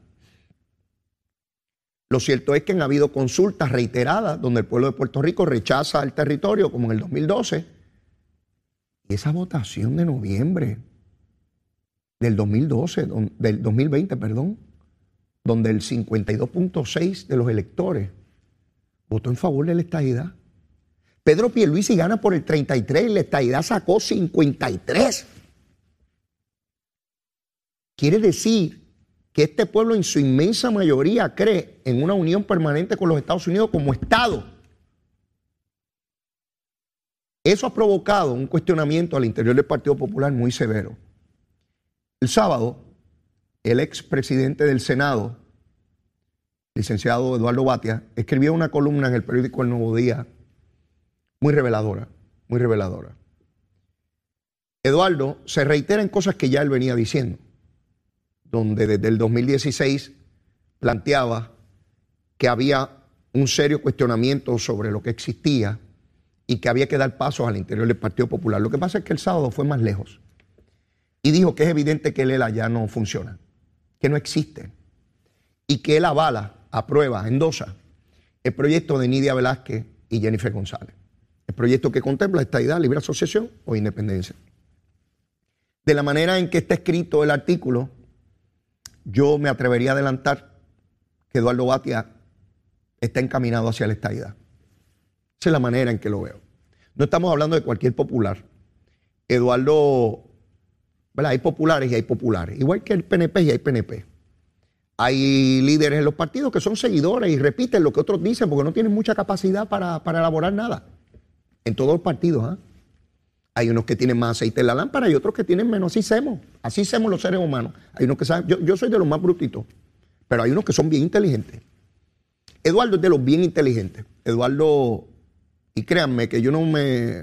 Lo cierto es que han habido consultas reiteradas donde el pueblo de Puerto Rico rechaza el territorio, como en el dos mil doce. Y esa votación de noviembre del dos mil doce, del dos mil veinte, perdón, donde el cincuenta y dos punto seis de los electores votó en favor de la estadidad. Pedro Pierluisi gana por el treinta y tres y la estadidad sacó cincuenta y tres. Quiere decir que este pueblo en su inmensa mayoría cree en una unión permanente con los Estados Unidos como Estado. Eso ha provocado un cuestionamiento al interior del Partido Popular muy severo. El sábado, el expresidente del Senado, licenciado Eduardo Batia, escribió una columna en el periódico El Nuevo Día muy reveladora, muy reveladora. Eduardo se reitera en cosas que ya él venía diciendo, donde desde el dos mil dieciséis planteaba que había un serio cuestionamiento sobre lo que existía y que había que dar pasos al interior del Partido Popular. Lo que pasa es que el sábado fue más lejos y dijo que es evidente que el ELA ya no funciona, que no existe y que él avala, aprueba, endosa el proyecto de Nidia Velázquez y Jennifer González. El proyecto que contempla estadidad, libre asociación o independencia. De la manera en que está escrito el artículo, yo me atrevería a adelantar que Eduardo Batia está encaminado hacia la estadidad. Esa es la manera en que lo veo. No estamos hablando de cualquier popular. Eduardo, ¿verdad? Hay populares y hay populares. Igual que el P N P y hay P N P. Hay líderes en los partidos que son seguidores y repiten lo que otros dicen porque no tienen mucha capacidad para, para elaborar nada. En todos los partidos, ¿eh? Hay unos que tienen más aceite en la lámpara y otros que tienen menos. Así somos. Así somos los seres humanos. Hay unos que saben, yo, yo soy de los más brutitos, pero hay unos que son bien inteligentes. Eduardo es de los bien inteligentes. Eduardo, y créanme que yo no me,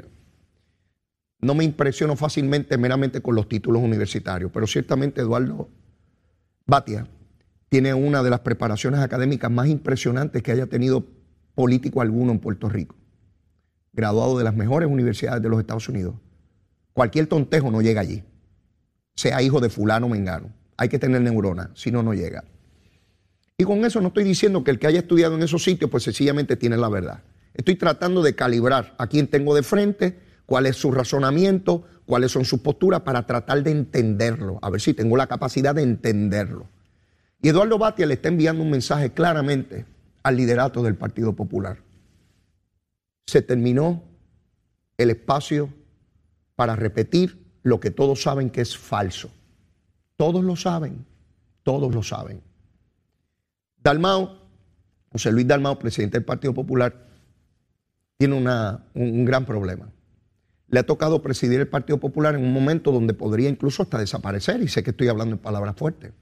no me impresiono fácilmente meramente con los títulos universitarios, pero ciertamente Eduardo Batia tiene una de las preparaciones académicas más impresionantes que haya tenido político alguno en Puerto Rico. Graduado de las mejores universidades de los Estados Unidos. Cualquier tontejo no llega allí. Sea hijo de fulano o mengano. Hay que tener neuronas, si no, no llega. Y con eso no estoy diciendo que el que haya estudiado en esos sitios, pues sencillamente tiene la verdad. Estoy tratando de calibrar a quién tengo de frente, cuál es su razonamiento, cuáles son sus posturas, para tratar de entenderlo. A ver si tengo la capacidad de entenderlo. Y Eduardo Batia le está enviando un mensaje claramente al liderato del Partido Popular. Se terminó el espacio para repetir lo que todos saben que es falso. Todos lo saben, todos lo saben. Dalmau, José Luis Dalmau, presidente del Partido Popular, tiene una, un, un gran problema. Le ha tocado presidir el Partido Popular en un momento donde podría incluso hasta desaparecer, y sé que estoy hablando en palabras fuertes,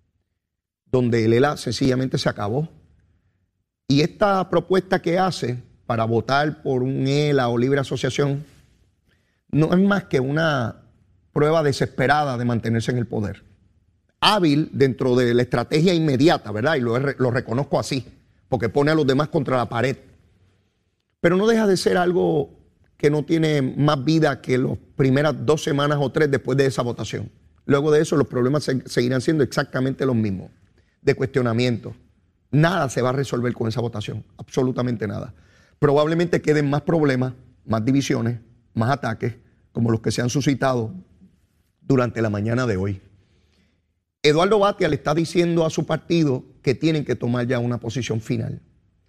donde el E L A sencillamente se acabó. Y esta propuesta que hace para votar por un E L A o libre asociación no es más que una prueba desesperada de mantenerse en el poder. Hábil dentro de la estrategia inmediata, ¿verdad? Y lo, lo reconozco así, porque pone a los demás contra la pared. Pero no deja de ser algo que no tiene más vida que las primeras dos semanas o tres después de esa votación. Luego de eso los problemas se, seguirán siendo exactamente los mismos, de cuestionamiento. Nada se va a resolver con esa votación, absolutamente nada. Probablemente queden más problemas, más divisiones, más ataques, como los que se han suscitado durante la mañana de hoy. Eduardo Batia le está diciendo a su partido que tienen que tomar ya una posición final.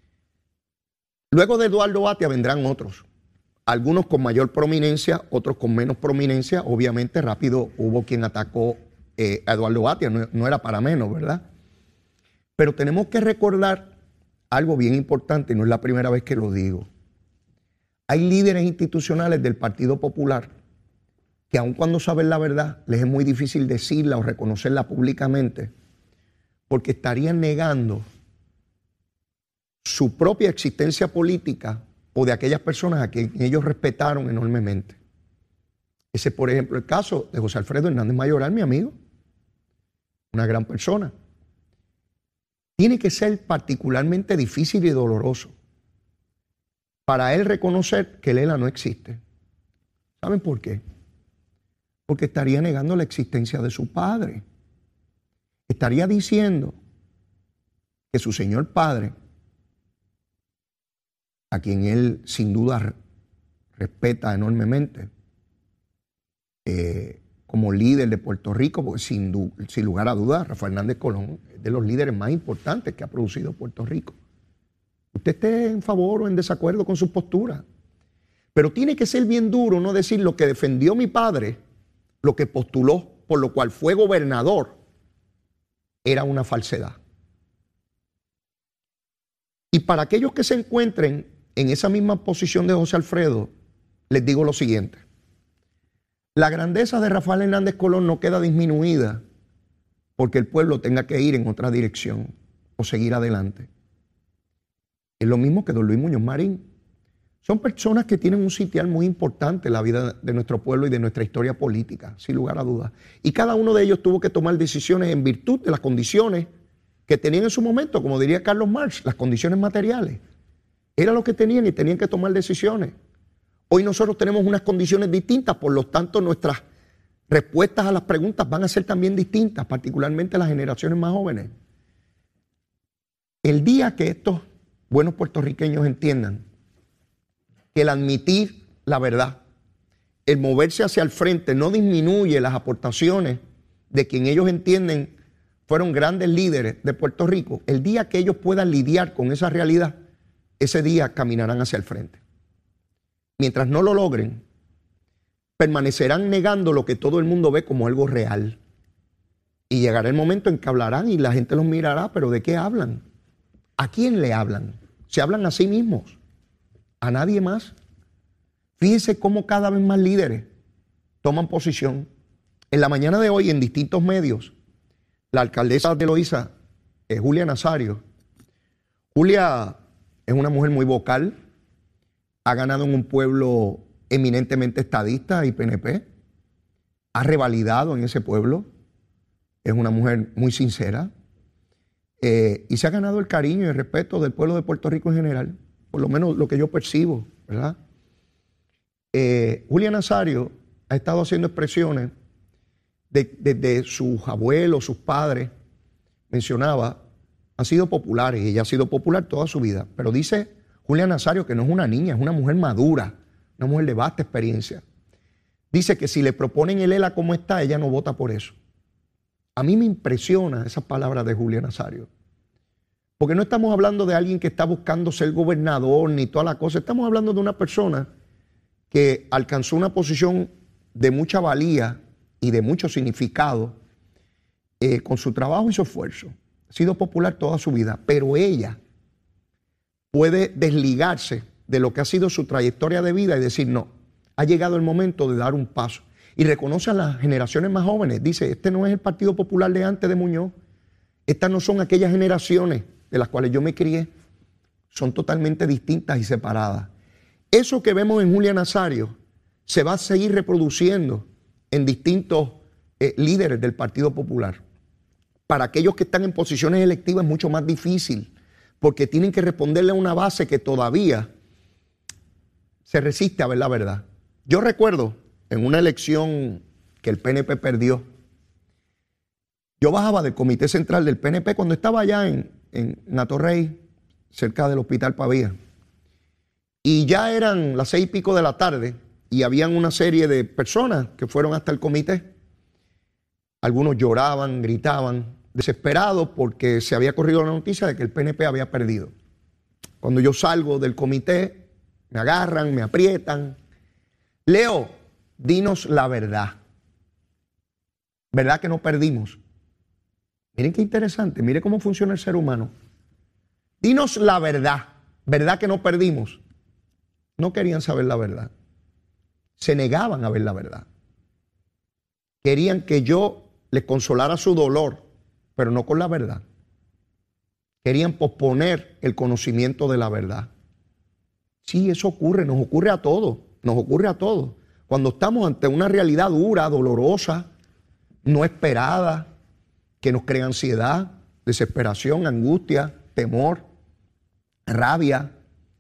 Luego de Eduardo Batia vendrán otros, algunos con mayor prominencia, otros con menos prominencia. Obviamente rápido hubo quien atacó eh, a Eduardo Batia, no, no era para menos, ¿verdad? Pero tenemos que recordar algo bien importante, y no es la primera vez que lo digo. Hay líderes institucionales del Partido Popular que aun cuando saben la verdad, les es muy difícil decirla o reconocerla públicamente, porque estarían negando su propia existencia política o de aquellas personas a quien ellos respetaron enormemente. Ese es, por ejemplo, el caso de José Alfredo Hernández Mayoral, mi amigo, una gran persona. Tiene que ser particularmente difícil y doloroso para él reconocer que el E L A no existe. ¿Saben por qué? Porque estaría negando la existencia de su padre. Estaría diciendo que su señor padre, a quien él sin duda respeta enormemente, eh, como líder de Puerto Rico, porque sin, sin lugar a dudas, Rafael Hernández Colón es de los líderes más importantes que ha producido Puerto Rico. Usted esté en favor o en desacuerdo con su postura, pero tiene que ser bien duro no decir lo que defendió mi padre, lo que postuló, por lo cual fue gobernador, era una falsedad. Y para aquellos que se encuentren en esa misma posición de José Alfredo, les digo lo siguiente. La grandeza de Rafael Hernández Colón no queda disminuida porque el pueblo tenga que ir en otra dirección o seguir adelante. Es lo mismo que don Luis Muñoz Marín. Son personas que tienen un sitial muy importante en la vida de nuestro pueblo y de nuestra historia política, sin lugar a dudas. Y cada uno de ellos tuvo que tomar decisiones en virtud de las condiciones que tenían en su momento, como diría Carlos Marx, las condiciones materiales. Era lo que tenían y tenían que tomar decisiones. Hoy nosotros tenemos unas condiciones distintas, por lo tanto nuestras respuestas a las preguntas van a ser también distintas, particularmente las generaciones más jóvenes. El día que estos buenos puertorriqueños entiendan que el admitir la verdad, el moverse hacia el frente no disminuye las aportaciones de quien ellos entienden fueron grandes líderes de Puerto Rico, el día que ellos puedan lidiar con esa realidad, ese día caminarán hacia el frente. mientras no lo logren, permanecerán negando lo que todo el mundo ve como algo real. Y llegará el momento en que hablarán y la gente los mirará, pero ¿de qué hablan? ¿A quién le hablan? Se hablan a sí mismos, a nadie más. Fíjense cómo cada vez más líderes toman posición. En la mañana de hoy, en distintos medios, la alcaldesa de Loíza, eh, Julia Nazario. Julia es una mujer muy vocal, ha ganado en un pueblo eminentemente estadista y P N P, ha revalidado en ese pueblo, es una mujer muy sincera eh, y se ha ganado el cariño y el respeto del pueblo de Puerto Rico en general, por lo menos lo que yo percibo, ¿verdad? Eh, Julia Nazario ha estado haciendo expresiones desde de, de sus abuelos, sus padres, mencionaba, han sido populares y ella ha sido popular toda su vida, pero dice Julia Nazario que no es una niña, es una mujer madura, una mujer de vasta experiencia. Dice que si le proponen el E L A como está, ella no vota por eso. A mí me impresiona esas palabras de Julia Nazario, porque no estamos hablando de alguien que está buscando ser gobernador ni toda la cosa, estamos hablando de una persona que alcanzó una posición de mucha valía y de mucho significado eh, con su trabajo y su esfuerzo. Ha sido popular toda su vida, pero ella puede desligarse de lo que ha sido su trayectoria de vida y decir, no, ha llegado el momento de dar un paso. Y reconoce a las generaciones más jóvenes. Dice, este no es el Partido Popular de antes de Muñoz. Estas no son aquellas generaciones de las cuales yo me crié. Son totalmente distintas y separadas. Eso que vemos en Julia Nazario se va a seguir reproduciendo en distintos eh, líderes del Partido Popular. Para aquellos que están en posiciones electivas es mucho más difícil, porque tienen que responderle a una base que todavía se resiste a ver la verdad. Yo recuerdo en una elección que el P N P perdió, yo bajaba del comité central del P N P cuando estaba allá en, en Natorrey, cerca del Hospital Pavía. Y ya eran las seis y pico de la tarde y habían una serie de personas que fueron hasta el comité. Algunos lloraban, gritaban, desesperados porque se había corrido la noticia de que el P N P había perdido. Cuando yo salgo del comité, me agarran, me aprietan. Leo, dinos la verdad. ¿Verdad que no perdimos? Miren qué interesante, miren cómo funciona el ser humano. Dinos la verdad. ¿Verdad que no perdimos? No querían saber la verdad. Se negaban a ver la verdad. Querían que yo les consolara su dolor, pero no con la verdad. Querían posponer el conocimiento de la verdad. Sí, eso ocurre, nos ocurre a todos, nos ocurre a todos. Cuando estamos ante una realidad dura, dolorosa, no esperada, que nos crea ansiedad, desesperación, angustia, temor, rabia,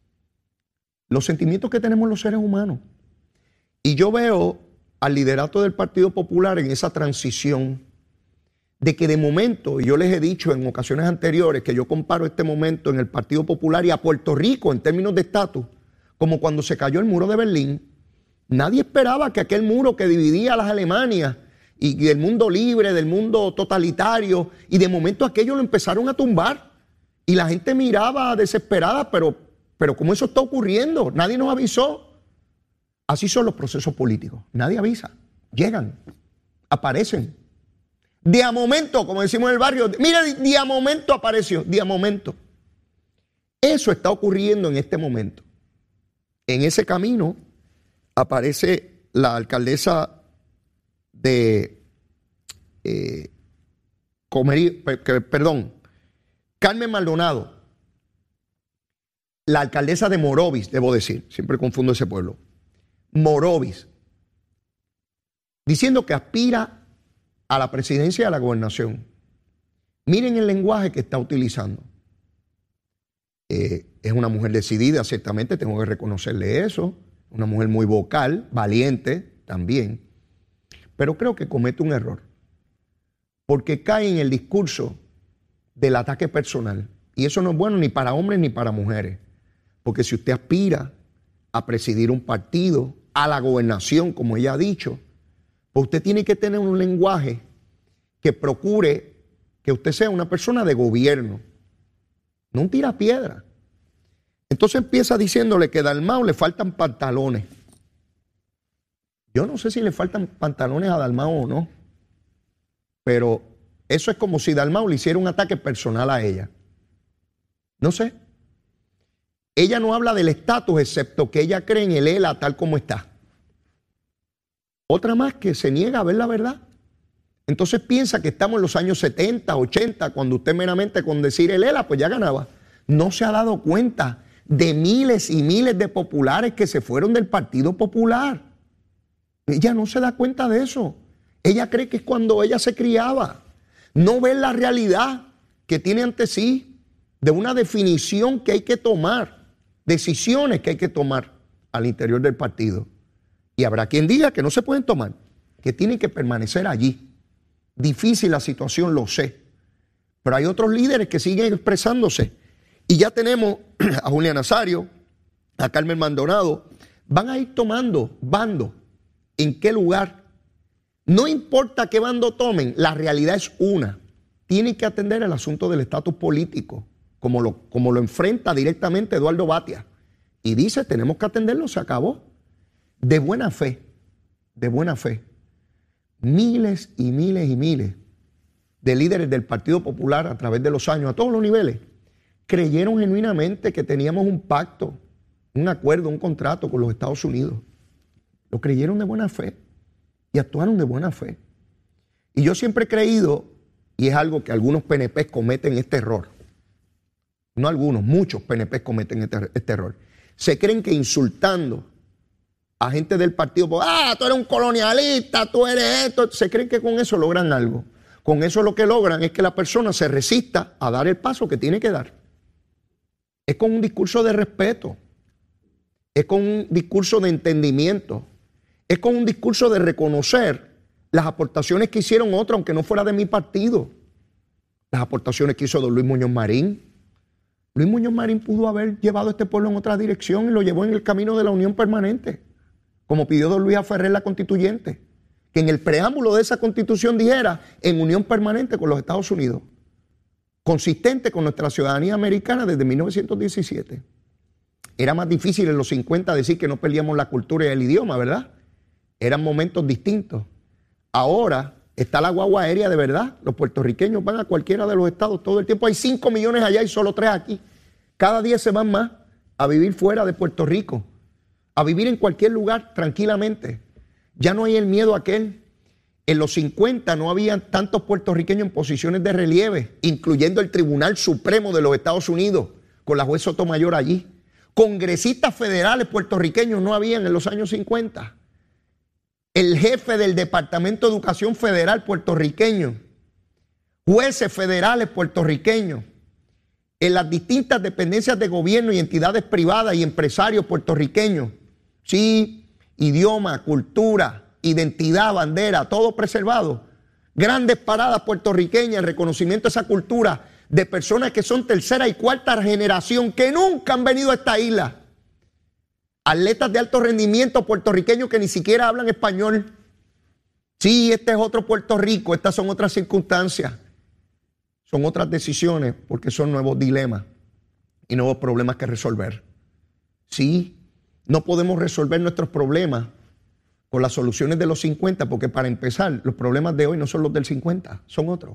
los sentimientos que tenemos los seres humanos. Y yo veo al liderato del Partido Popular en esa transición de que de momento, y yo les he dicho en ocasiones anteriores que yo comparo este momento en el Partido Popular y a Puerto Rico en términos de estatus, como cuando se cayó el muro de Berlín. Nadie esperaba que aquel muro que dividía a las Alemanias y del mundo libre, del mundo totalitario, y de momento aquello lo empezaron a tumbar. Y la gente miraba desesperada, pero, pero ¿cómo eso está ocurriendo? Nadie nos avisó. Así son los procesos políticos. Nadie avisa. Llegan, aparecen. De a momento, como decimos en el barrio, mira, de a momento apareció, de a momento. Eso está ocurriendo en este momento. En ese camino aparece la alcaldesa de eh, Comerí, perdón, Carmen Maldonado, la alcaldesa de Morovis, debo decir, siempre confundo ese pueblo, Morovis, diciendo que aspira a la presidencia de la gobernación. Miren el lenguaje que está utilizando. Eh, es una mujer decidida, ciertamente, tengo que reconocerle eso. Una mujer muy vocal, valiente también. Pero creo que comete un error. Porque cae en el discurso del ataque personal. Y eso no es bueno ni para hombres ni para mujeres. Porque si usted aspira a presidir un partido, a la gobernación, como ella ha dicho, pues usted tiene que tener un lenguaje que procure que usted sea una persona de gobierno, no un tirapiedra. Entonces empieza diciéndole que a Dalmau le faltan pantalones. Yo no sé si le faltan pantalones a Dalmau o no, pero eso es como si Dalmau le hiciera un ataque personal a ella. No sé. Ella no habla del estatus, excepto que ella cree en el ELA tal como está. Otra más que se niega a ver la verdad. Entonces piensa que estamos en los años setenta, ochenta, cuando usted meramente con decir el ELA, pues ya ganaba. No se ha dado cuenta de miles y miles de populares que se fueron del Partido Popular. Ella no se da cuenta de eso. Ella cree que es cuando ella se criaba. No ve la realidad que tiene ante sí de una definición que hay que tomar, decisiones que hay que tomar al interior del partido. Y habrá quien diga que no se pueden tomar, que tienen que permanecer allí. Difícil la situación, lo sé. Pero hay otros líderes que siguen expresándose. Y ya tenemos a Julián Nazario, a Carmen Maldonado. Van a ir tomando bando. ¿En qué lugar? No importa qué bando tomen, la realidad es una. Tienen que atender el asunto del estatus político, como lo, como lo enfrenta directamente Eduardo Batia. Y dice, tenemos que atenderlo, se acabó. De buena fe, de buena fe, miles y miles y miles de líderes del Partido Popular a través de los años, a todos los niveles, creyeron genuinamente que teníamos un pacto, un acuerdo, un contrato con los Estados Unidos. Lo creyeron de buena fe y actuaron de buena fe. Y yo siempre he creído, y es algo que algunos P N P cometen este error, no algunos, muchos P N P cometen este, este error, se creen que insultando a gente del partido, ah, tú eres un colonialista, tú eres esto, se creen que con eso logran algo. Con eso lo que logran es que la persona se resista a dar el paso que tiene que dar. Es con un discurso de respeto, es con un discurso de entendimiento, es con un discurso de reconocer las aportaciones que hicieron otros, aunque no fuera de mi partido. Las aportaciones que hizo don Luis Muñoz Marín. Luis Muñoz Marín pudo haber llevado a este pueblo en otra dirección y lo llevó en el camino de la unión permanente, como pidió don Luis Aferré la constituyente, que en el preámbulo de esa constitución dijera en unión permanente con los Estados Unidos, consistente con nuestra ciudadanía americana desde mil novecientos diecisiete. Era más difícil en los cincuenta decir que no perdíamos la cultura y el idioma, ¿verdad? Eran momentos distintos. Ahora está la guagua aérea de verdad. Los puertorriqueños van a cualquiera de los estados todo el tiempo. Hay cinco millones allá y solo tres aquí. Cada día se van más a vivir fuera de Puerto Rico, a vivir en cualquier lugar tranquilamente. Ya no hay el miedo aquel. En los cincuenta no había tantos puertorriqueños en posiciones de relieve, incluyendo el Tribunal Supremo de los Estados Unidos, con la juez Sotomayor allí. Congresistas federales puertorriqueños no habían en los años cincuenta. El jefe del Departamento de Educación Federal puertorriqueño, jueces federales puertorriqueños, en las distintas dependencias de gobierno y entidades privadas y empresarios puertorriqueños. Sí, idioma, cultura, identidad, bandera, todo preservado. Grandes paradas puertorriqueñas en reconocimiento a esa cultura de personas que son tercera y cuarta generación que nunca han venido a esta isla. Atletas de alto rendimiento puertorriqueños que ni siquiera hablan español. Sí, este es otro Puerto Rico, estas son otras circunstancias. Son otras decisiones porque son nuevos dilemas y nuevos problemas que resolver. Sí, no podemos resolver nuestros problemas con las soluciones de los cincuenta porque para empezar, los problemas de hoy no son los del cincuenta, son otros.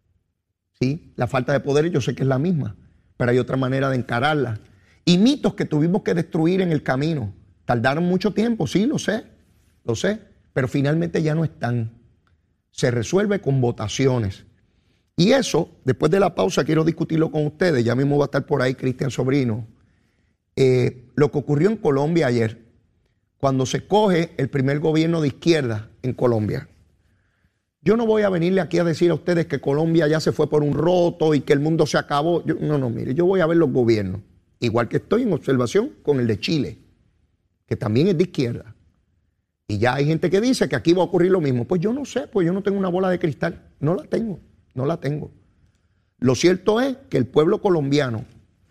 Sí, la falta de poder yo sé que es la misma, pero hay otra manera de encararla. Y mitos que tuvimos que destruir en el camino. Tardaron mucho tiempo, sí, lo sé, lo sé, pero finalmente ya no están. Se resuelve con votaciones. Y eso, después de la pausa, quiero discutirlo con ustedes. Ya mismo va a estar por ahí Cristian Sobrino. Eh, lo que ocurrió en Colombia ayer, cuando se coge el primer gobierno de izquierda en Colombia. Yo no voy a venirle aquí a decir a ustedes que Colombia ya se fue por un roto y que el mundo se acabó. Yo, no, no, mire, yo voy a ver los gobiernos. Igual que estoy en observación con el de Chile, que también es de izquierda. Y ya hay gente que dice que aquí va a ocurrir lo mismo. Pues yo no sé, pues yo no tengo una bola de cristal. No la tengo, no la tengo. Lo cierto es que el pueblo colombiano,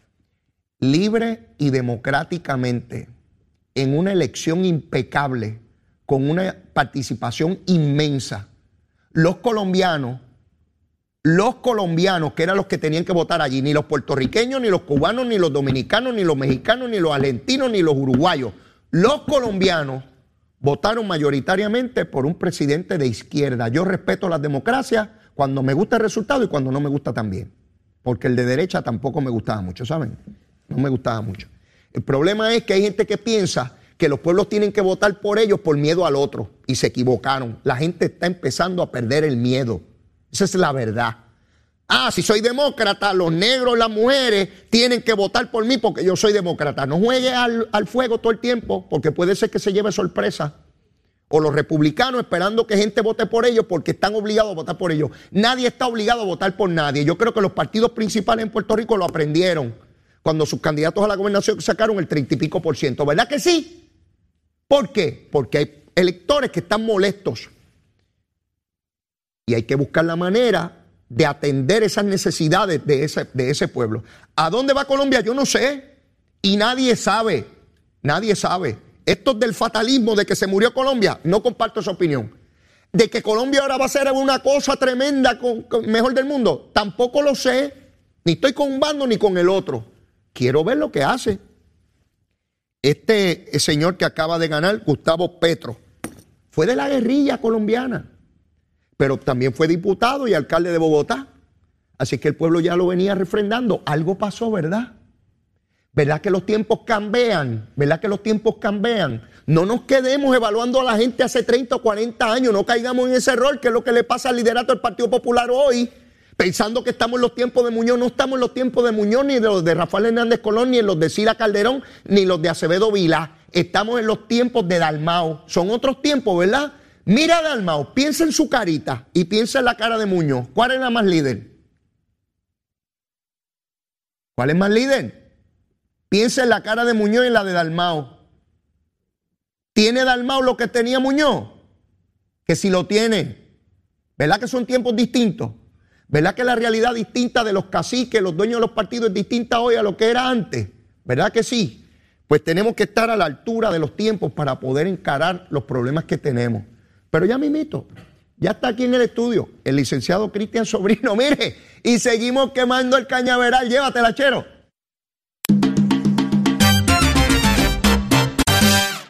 libre y democráticamente, en una elección impecable, con una participación inmensa, los colombianos los colombianos, que eran los que tenían que votar allí, ni los puertorriqueños, ni los cubanos, ni los dominicanos, ni los mexicanos, ni los argentinos, ni los uruguayos. Los colombianos votaron mayoritariamente por un presidente de izquierda. Yo respeto las democracias cuando me gusta el resultado y cuando no me gusta también. Porque el de derecha tampoco me gustaba mucho, ¿saben? No me gustaba mucho. El problema es que hay gente que piensa que los pueblos tienen que votar por ellos por miedo al otro. Y se equivocaron. La gente está empezando a perder el miedo. Esa es la verdad. Ah, si soy demócrata, los negros, las mujeres tienen que votar por mí porque yo soy demócrata. No juegue al, al fuego todo el tiempo porque puede ser que se lleve sorpresa. O los republicanos esperando que gente vote por ellos porque están obligados a votar por ellos. Nadie está obligado a votar por nadie. Yo creo que los partidos principales en Puerto Rico lo aprendieron cuando sus candidatos a la gobernación sacaron el treinta y pico por ciento. ¿Verdad que sí? ¿Por qué? Porque hay electores que están molestos. Y hay que buscar la manera de atender esas necesidades de ese, de ese pueblo. ¿A dónde va Colombia? Yo no sé. Y nadie sabe. Nadie sabe. Estos del fatalismo de que se murió Colombia, no comparto esa opinión. De que Colombia ahora va a ser una cosa tremenda, con, con, mejor del mundo, tampoco lo sé. Ni estoy con un bando ni con el otro. Quiero ver lo que hace. Este señor que acaba de ganar, Gustavo Petro, fue de la guerrilla colombiana. Pero también fue diputado y alcalde de Bogotá. Así que el pueblo ya lo venía refrendando. Algo pasó, ¿verdad? ¿Verdad que los tiempos cambian? ¿Verdad que los tiempos cambian? No nos quedemos evaluando a la gente hace treinta o cuarenta años. No caigamos en ese error, que es lo que le pasa al liderato del Partido Popular hoy, pensando que estamos en los tiempos de Muñoz. No estamos en los tiempos de Muñoz, ni de los de Rafael Hernández Colón, ni en los de Sila Calderón, ni los de Acevedo Vilá. Estamos en los tiempos de Dalmao. Son otros tiempos, ¿verdad? Mira a Dalmao, piensa en su carita y piensa en la cara de Muñoz. ¿Cuál es la más líder? ¿Cuál es más líder? Piensa en la cara de Muñoz y en la de Dalmao. ¿Tiene Dalmao lo que tenía Muñoz? Que si lo tiene. ¿Verdad que son tiempos distintos? ¿Verdad que la realidad distinta de los caciques, los dueños de los partidos, es distinta hoy a lo que era antes? ¿Verdad que sí? Pues tenemos que estar a la altura de los tiempos para poder encarar los problemas que tenemos. Pero ya mismito, ya está aquí en el estudio el licenciado Cristian Sobrino, mire, y seguimos quemando el cañaveral. Llévatela, Chero.